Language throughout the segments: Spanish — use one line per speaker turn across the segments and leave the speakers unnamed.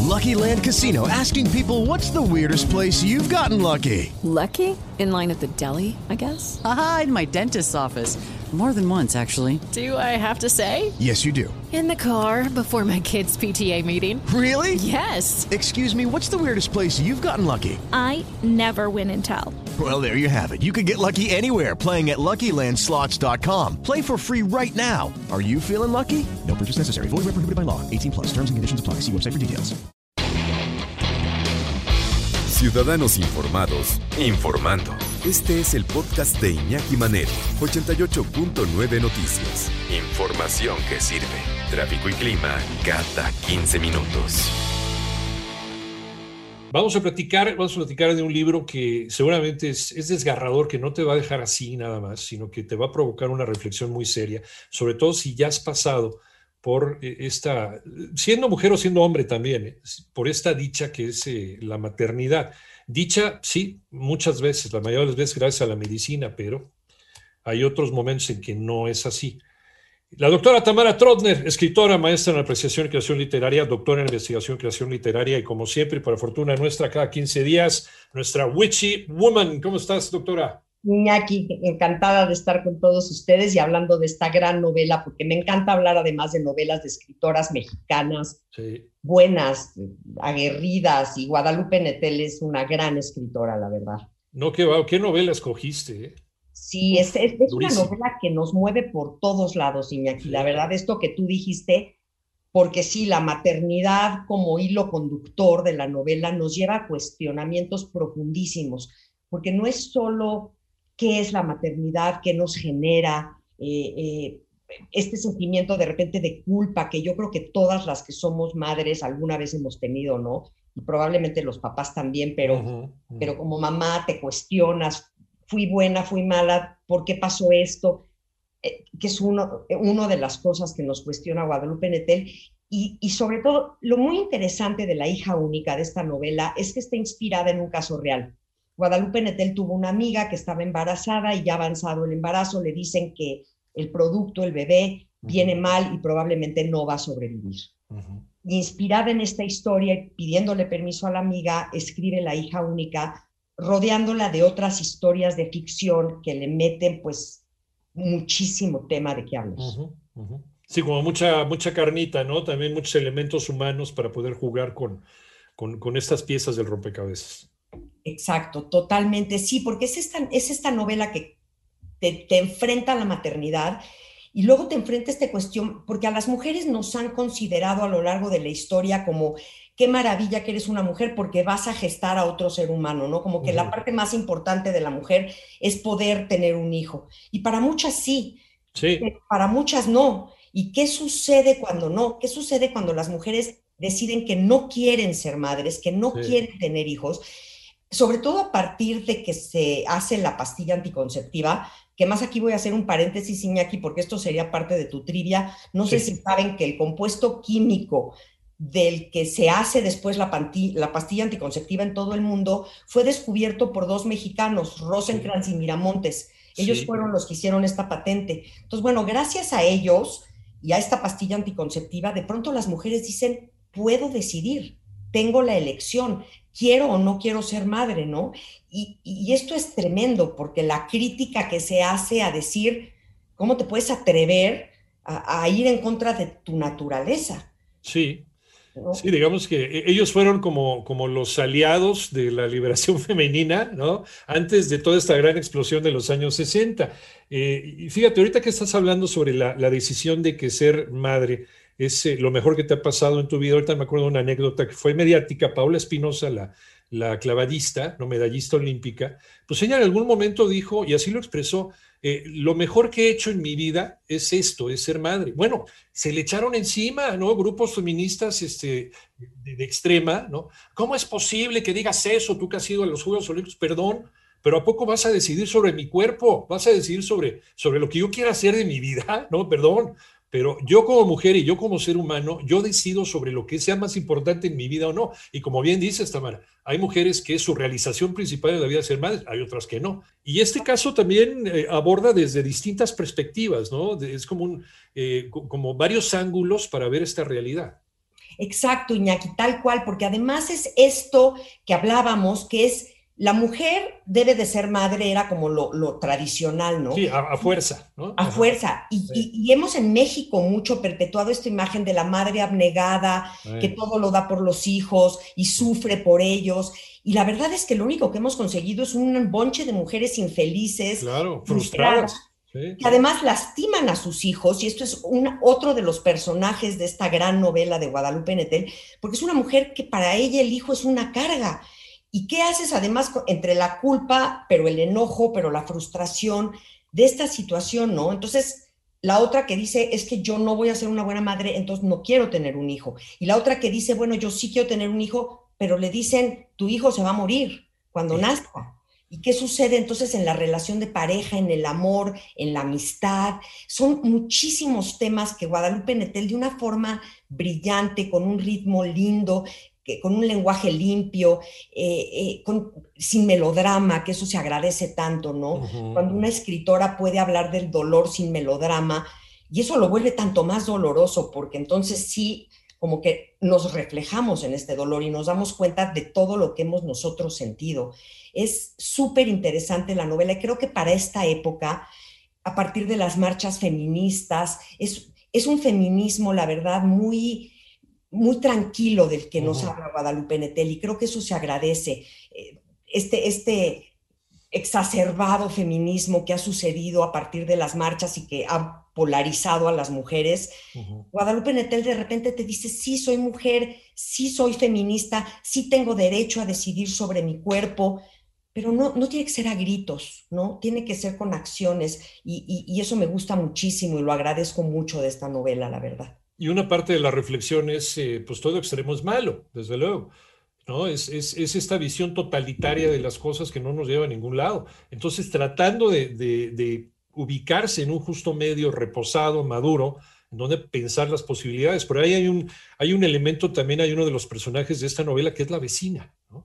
Lucky Land Casino, asking people, what's the weirdest place you've gotten lucky?
Lucky? In line at the deli, I guess?
Aha, in my dentist's office. More than once, actually.
Do I have to say?
Yes, you do.
In the car before my kids' PTA meeting.
Really?
Yes.
Excuse me, what's the weirdest place you've gotten lucky?
I never win and tell.
Well, there you have it. You can get lucky anywhere, playing at LuckyLandSlots.com. Play for free right now. Are you feeling lucky? No purchase necessary. Void where prohibited by law. 18+. Terms and conditions apply. See website for details.
Ciudadanos informados, informando. Este es el podcast de Iñaki Manero, 88.9 Noticias. Información que sirve. Tráfico y clima cada 15 minutos.
Vamos a platicar de un libro que seguramente es desgarrador, que no te va a dejar así nada más, sino que te va a provocar una reflexión muy seria, sobre todo si ya has pasado por esta, siendo mujer o siendo hombre también, por esta dicha que es la maternidad. Dicha, sí, muchas veces, la mayoría de las veces gracias a la medicina, pero hay otros momentos en que no es así. La doctora Tamara Trotner, escritora, maestra en apreciación y creación literaria, doctora en investigación y creación literaria, y como siempre, por fortuna nuestra, cada 15 días, nuestra Witchy Woman. ¿Cómo estás, doctora?
Iñaki, encantada de estar con todos ustedes y hablando de esta gran novela, porque me encanta hablar además de novelas de escritoras mexicanas, sí, buenas, aguerridas, y Guadalupe Nettel es una gran escritora, la verdad.
No, ¿qué novela escogiste?
Sí, es una novela que nos mueve por todos lados, Iñaki, sí. La verdad, esto que tú dijiste, porque sí, la maternidad como hilo conductor de la novela nos lleva a cuestionamientos profundísimos, porque no es solo qué es la maternidad, qué nos genera, este sentimiento de repente de culpa que yo creo que todas las que somos madres alguna vez hemos tenido, ¿no? Y probablemente los papás también, pero como mamá te cuestionas, fui buena, fui mala, ¿por qué pasó esto? Que es uno de las cosas que nos cuestiona Guadalupe Nettel. Y sobre todo, lo muy interesante de La hija única de esta novela es que está inspirada en un caso real. Guadalupe Nettel tuvo una amiga que estaba embarazada y ya avanzado el embarazo le dicen que el producto, el bebé, viene mal y probablemente no va a sobrevivir. Y inspirada en esta historia y pidiéndole permiso a la amiga, escribe La hija única, rodeándola de otras historias de ficción que le meten pues muchísimo tema de qué hablar.
Sí, como mucha carnita, ¿no? También muchos elementos humanos para poder jugar con estas piezas del rompecabezas.
Exacto, totalmente, sí, porque es esta novela que te enfrenta a la maternidad y luego te enfrenta a esta cuestión, porque a las mujeres nos han considerado a lo largo de la historia como qué maravilla que eres una mujer porque vas a gestar a otro ser humano, ¿no? Como que la parte más importante de la mujer es poder tener un hijo. Y para muchas sí, para muchas no. ¿Y qué sucede cuando no? ¿Qué sucede cuando las mujeres deciden que no quieren ser madres, que no quieren tener hijos? Sobre todo a partir de que se hace la pastilla anticonceptiva, que más aquí voy a hacer un paréntesis, Iñaki, porque esto sería parte de tu trivia. No sé si saben que el compuesto químico del que se hace después la pastilla anticonceptiva en todo el mundo fue descubierto por dos mexicanos, Rosenkrantz y Miramontes. Ellos fueron los que hicieron esta patente. Entonces, bueno, gracias a ellos y a esta pastilla anticonceptiva, de pronto las mujeres dicen, puedo decidir, tengo la elección, quiero o no quiero ser madre, ¿no? Y esto es tremendo, porque la crítica que se hace a decir, ¿cómo te puedes atrever a ir en contra de tu naturaleza?
Sí. ¿No? Sí, digamos que ellos fueron como los aliados de la liberación femenina, ¿no? Antes de toda esta gran explosión de los años 60. Y fíjate, ahorita que estás hablando sobre la decisión de que ser madre es lo mejor que te ha pasado en tu vida. Ahorita me acuerdo de una anécdota que fue mediática. Paola Espinosa, la clavadista, no medallista olímpica, pues ella en algún momento dijo, y así lo expresó, lo mejor que he hecho en mi vida es esto, es ser madre. Bueno, se le echaron encima, ¿no? Grupos feministas de extrema, ¿no? ¿Cómo es posible que digas eso, tú que has ido a los Juegos Olímpicos? Perdón, pero ¿a poco vas a decidir sobre mi cuerpo? ¿Vas a decidir sobre lo que yo quiera hacer de mi vida? No, perdón. Pero yo como mujer y yo como ser humano, yo decido sobre lo que sea más importante en mi vida o no. Y como bien dices, Tamara, hay mujeres que su realización principal en la vida es ser madres, hay otras que no. Y este caso también aborda desde distintas perspectivas, ¿no? Es como varios ángulos para ver esta realidad.
Exacto, Iñaki, tal cual, porque además es esto que hablábamos, que es la mujer debe de ser madre, era como lo tradicional, ¿no?
Sí, a fuerza, ¿no?
A
Ajá.
fuerza.
Sí.
Y hemos en México mucho perpetuado esta imagen de la madre abnegada, que
Sí.
todo lo da por los hijos y sufre por ellos. Y la verdad es que lo único que hemos conseguido es un bonche de mujeres infelices,
Claro,
frustradas,
frustradas. Sí.
que además lastiman a sus hijos, y esto es otro de los personajes de esta gran novela de Guadalupe Nettel, porque es una mujer que para ella el hijo es una carga. ¿Y qué haces además entre la culpa, pero el enojo, pero la frustración de esta situación, ¿no? Entonces, la otra que dice es que yo no voy a ser una buena madre, entonces no quiero tener un hijo. Y la otra que dice, bueno, yo sí quiero tener un hijo, pero le dicen, tu hijo se va a morir cuando
Sí.
nazca. ¿Y qué sucede entonces en la relación de pareja, en el amor, en la amistad? Son muchísimos temas que Guadalupe Nettel, de una forma brillante, con un ritmo lindo, con un lenguaje limpio, sin melodrama, que eso se agradece tanto, ¿no? Cuando una escritora puede hablar del dolor sin melodrama, y eso lo vuelve tanto más doloroso, porque entonces sí, como que nos reflejamos en este dolor y nos damos cuenta de todo lo que hemos nosotros sentido. Es súper interesante la novela y creo que para esta época, a partir de las marchas feministas, es un feminismo, la verdad, muy tranquilo del que nos habla Guadalupe Nettel, y creo que eso se agradece. Este exacerbado feminismo que ha sucedido a partir de las marchas y que ha polarizado a las mujeres, Guadalupe Nettel de repente te dice, sí, soy mujer, sí soy feminista, sí tengo derecho a decidir sobre mi cuerpo, pero no tiene que ser a gritos, ¿no? Tiene que ser con acciones, y eso me gusta muchísimo y lo agradezco mucho de esta novela, la verdad.
Y una parte de la reflexión es, pues todo extremo es malo, desde luego, ¿no? Es esta visión totalitaria de las cosas que no nos lleva a ningún lado. Entonces, tratando de ubicarse en un justo medio reposado, maduro, en donde pensar las posibilidades. Por ahí hay un elemento también, hay uno de los personajes de esta novela que es la vecina, ¿no?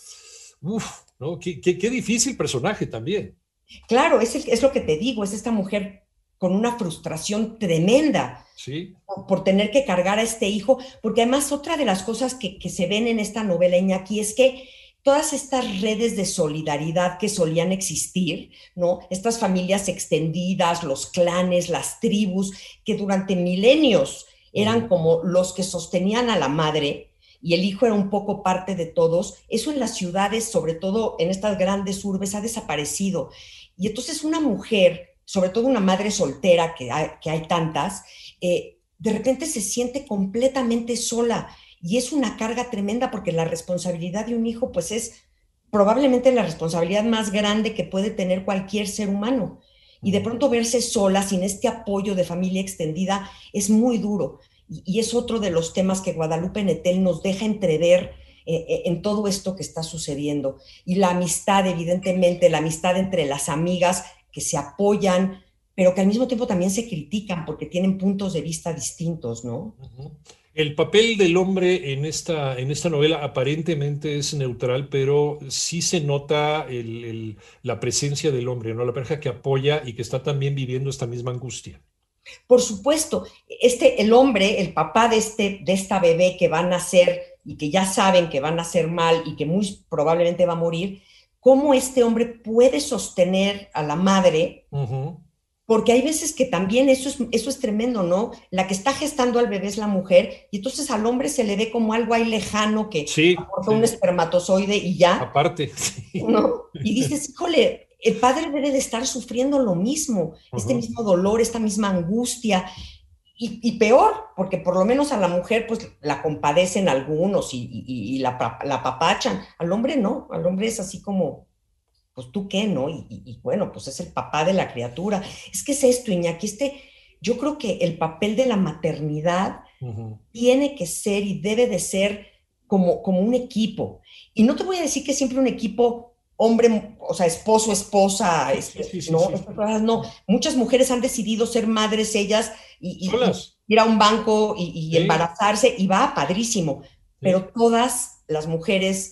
Uf, ¿no? Qué difícil personaje también.
Claro, es lo que te digo, es esta mujer con una frustración tremenda
Sí.
por tener que cargar a este hijo, porque además otra de las cosas que se ven en esta novela, Iñaki, es que todas estas redes de solidaridad que solían existir, ¿no? Estas familias extendidas, los clanes, las tribus, que durante milenios eran como los que sostenían a la madre, y el hijo era un poco parte de todos, eso en las ciudades, sobre todo en estas grandes urbes, ha desaparecido. Y entonces una mujer, sobre todo una madre soltera, que hay tantas, de repente se siente completamente sola, y es una carga tremenda porque la responsabilidad de un hijo pues es probablemente la responsabilidad más grande que puede tener cualquier ser humano, y de pronto verse sola sin este apoyo de familia extendida es muy duro, y es otro de los temas que Guadalupe Nettel nos deja entrever en todo esto que está sucediendo. Y la amistad, evidentemente, la amistad entre las amigas que se apoyan, pero que al mismo tiempo también se critican porque tienen puntos de vista distintos, ¿no?
El papel del hombre en esta novela aparentemente es neutral, pero sí se nota la presencia del hombre, ¿no? La pareja que apoya y que está también viviendo esta misma angustia.
Por supuesto, el hombre, el papá de esta bebé que va a nacer y que ya saben que va a nacer mal y que muy probablemente va a morir, ¿cómo este hombre puede sostener a la madre? Porque hay veces que también eso es tremendo, ¿no? La que está gestando al bebé es la mujer, y entonces al hombre se le ve como algo ahí lejano que
Sí,
aporta
sí.
un espermatozoide y ya,
Aparte, sí.
¿no? Y dices, híjole, el padre debe de estar sufriendo lo mismo, este mismo dolor, esta misma angustia, y peor, porque por lo menos a la mujer pues la compadecen algunos y la apapachan, al hombre no, al hombre es así como, pues tú qué, ¿no? Y bueno, pues es el papá de la criatura. Es que es esto, Iñaki, yo creo que el papel de la maternidad tiene que ser y debe de ser como un equipo. Y no te voy a decir que siempre un equipo hombre, o sea, esposo, esposa,
Sí.
no, no, muchas mujeres han decidido ser madres ellas y
Solas.
ir a un banco y
Sí.
embarazarse, y va padrísimo,
Sí.
pero todas las mujeres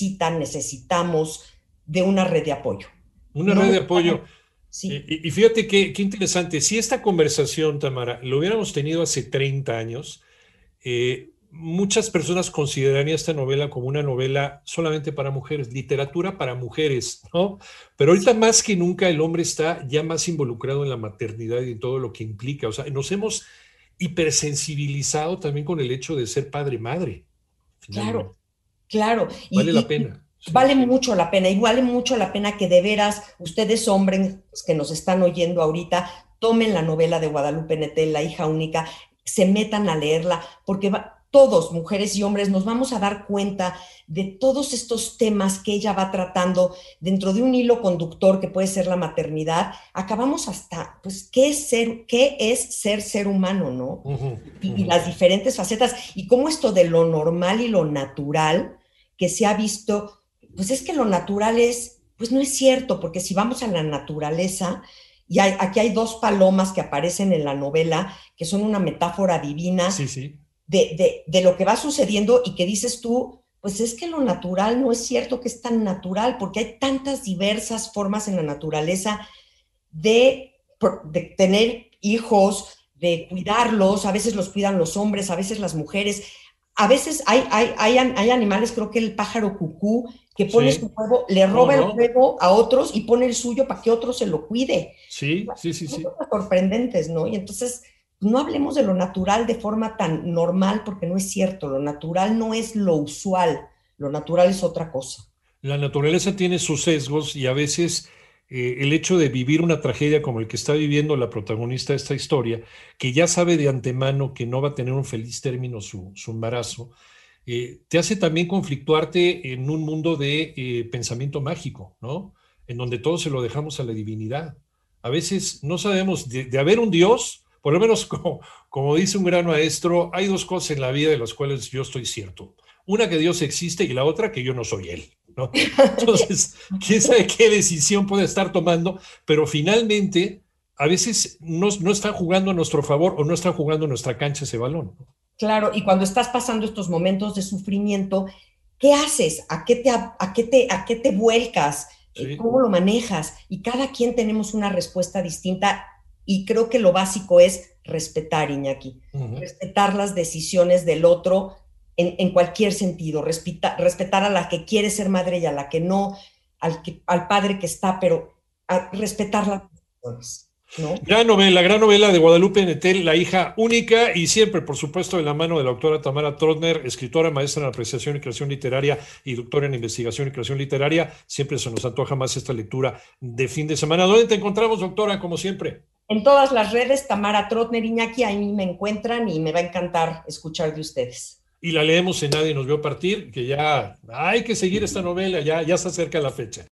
necesitamos de una red de apoyo.
Una
No
red de apoyo.
Sí.
Y fíjate qué interesante. Si esta conversación, Tamara, lo hubiéramos tenido hace 30 años, muchas personas considerarían esta novela como una novela solamente para mujeres, literatura para mujeres, ¿no? Pero ahorita más que nunca el hombre está ya más involucrado en la maternidad y en todo lo que implica. O sea, nos hemos hipersensibilizado también con el hecho de ser padre-madre, finalmente.
Claro, claro.
Vale la
Y
pena. Sí,
vale
sí.
mucho la pena, y vale mucho la pena que de veras ustedes, hombres que nos están oyendo ahorita, tomen la novela de Guadalupe Nettel, La hija única, se metan a leerla, porque todos, mujeres y hombres, nos vamos a dar cuenta de todos estos temas que ella va tratando dentro de un hilo conductor que puede ser la maternidad. Acabamos hasta, pues, qué es ser humano, ¿no? Y las diferentes facetas, y cómo esto de lo normal y lo natural que se ha visto, pues es que lo natural es, pues no es cierto, porque si vamos a la naturaleza, y aquí hay dos palomas que aparecen en la novela, que son una metáfora divina
Sí, sí.
de lo que va sucediendo, y que dices tú, pues es que lo natural no es cierto que es tan natural, porque hay tantas diversas formas en la naturaleza de tener hijos, de cuidarlos. A veces los cuidan los hombres, a veces las mujeres, a veces hay animales, creo que el pájaro cucú, que pone
Sí.
su huevo, le
¿Cómo
roba el
no?
huevo a otros y pone el suyo para que otro se lo cuide.
Sí, sí, sí,
Son
sí.
cosas sorprendentes, ¿no? Y entonces no hablemos de lo natural de forma tan normal, porque no es cierto. Lo natural no es lo usual, lo natural es otra cosa.
La naturaleza tiene sus sesgos y a veces el hecho de vivir una tragedia como el que está viviendo la protagonista de esta historia, que ya sabe de antemano que no va a tener un feliz término su embarazo, te hace también conflictuarte en un mundo de pensamiento mágico, ¿no? En donde todo se lo dejamos a la divinidad. A veces no sabemos de haber un Dios, por lo menos como dice un gran maestro, hay dos cosas en la vida de las cuales yo estoy cierto. Una, que Dios existe, y la otra, que yo no soy Él, ¿no? Entonces, quién sabe qué decisión puede estar tomando, pero finalmente a veces no están jugando a nuestro favor o no están jugando en nuestra cancha ese balón.
Claro, y cuando estás pasando estos momentos de sufrimiento, ¿qué haces? ¿A qué te vuelcas?
Sí.
¿Cómo lo manejas? Y cada quien tenemos una respuesta distinta, y creo que lo básico es respetar, Iñaki,
Uh-huh.
respetar las decisiones del otro en cualquier sentido, respetar a la que quiere ser madre y a la que no, al padre que está, pero respetar las decisiones, ¿no?
Gran novela de Guadalupe Nettel, La hija única, y siempre, por supuesto, de la mano de la doctora Tamara Trotner, escritora, maestra en apreciación y creación literaria y doctora en investigación y creación literaria. Siempre se nos antoja más esta lectura de fin de semana. ¿Dónde te encontramos, doctora, como siempre?
En todas las redes, Tamara Trotner, Iñaki, ahí me encuentran, y me va a encantar escuchar de ustedes.
Y la leemos en Nadie nos vio partir, que ya hay que seguir esta novela, ya se acerca la fecha.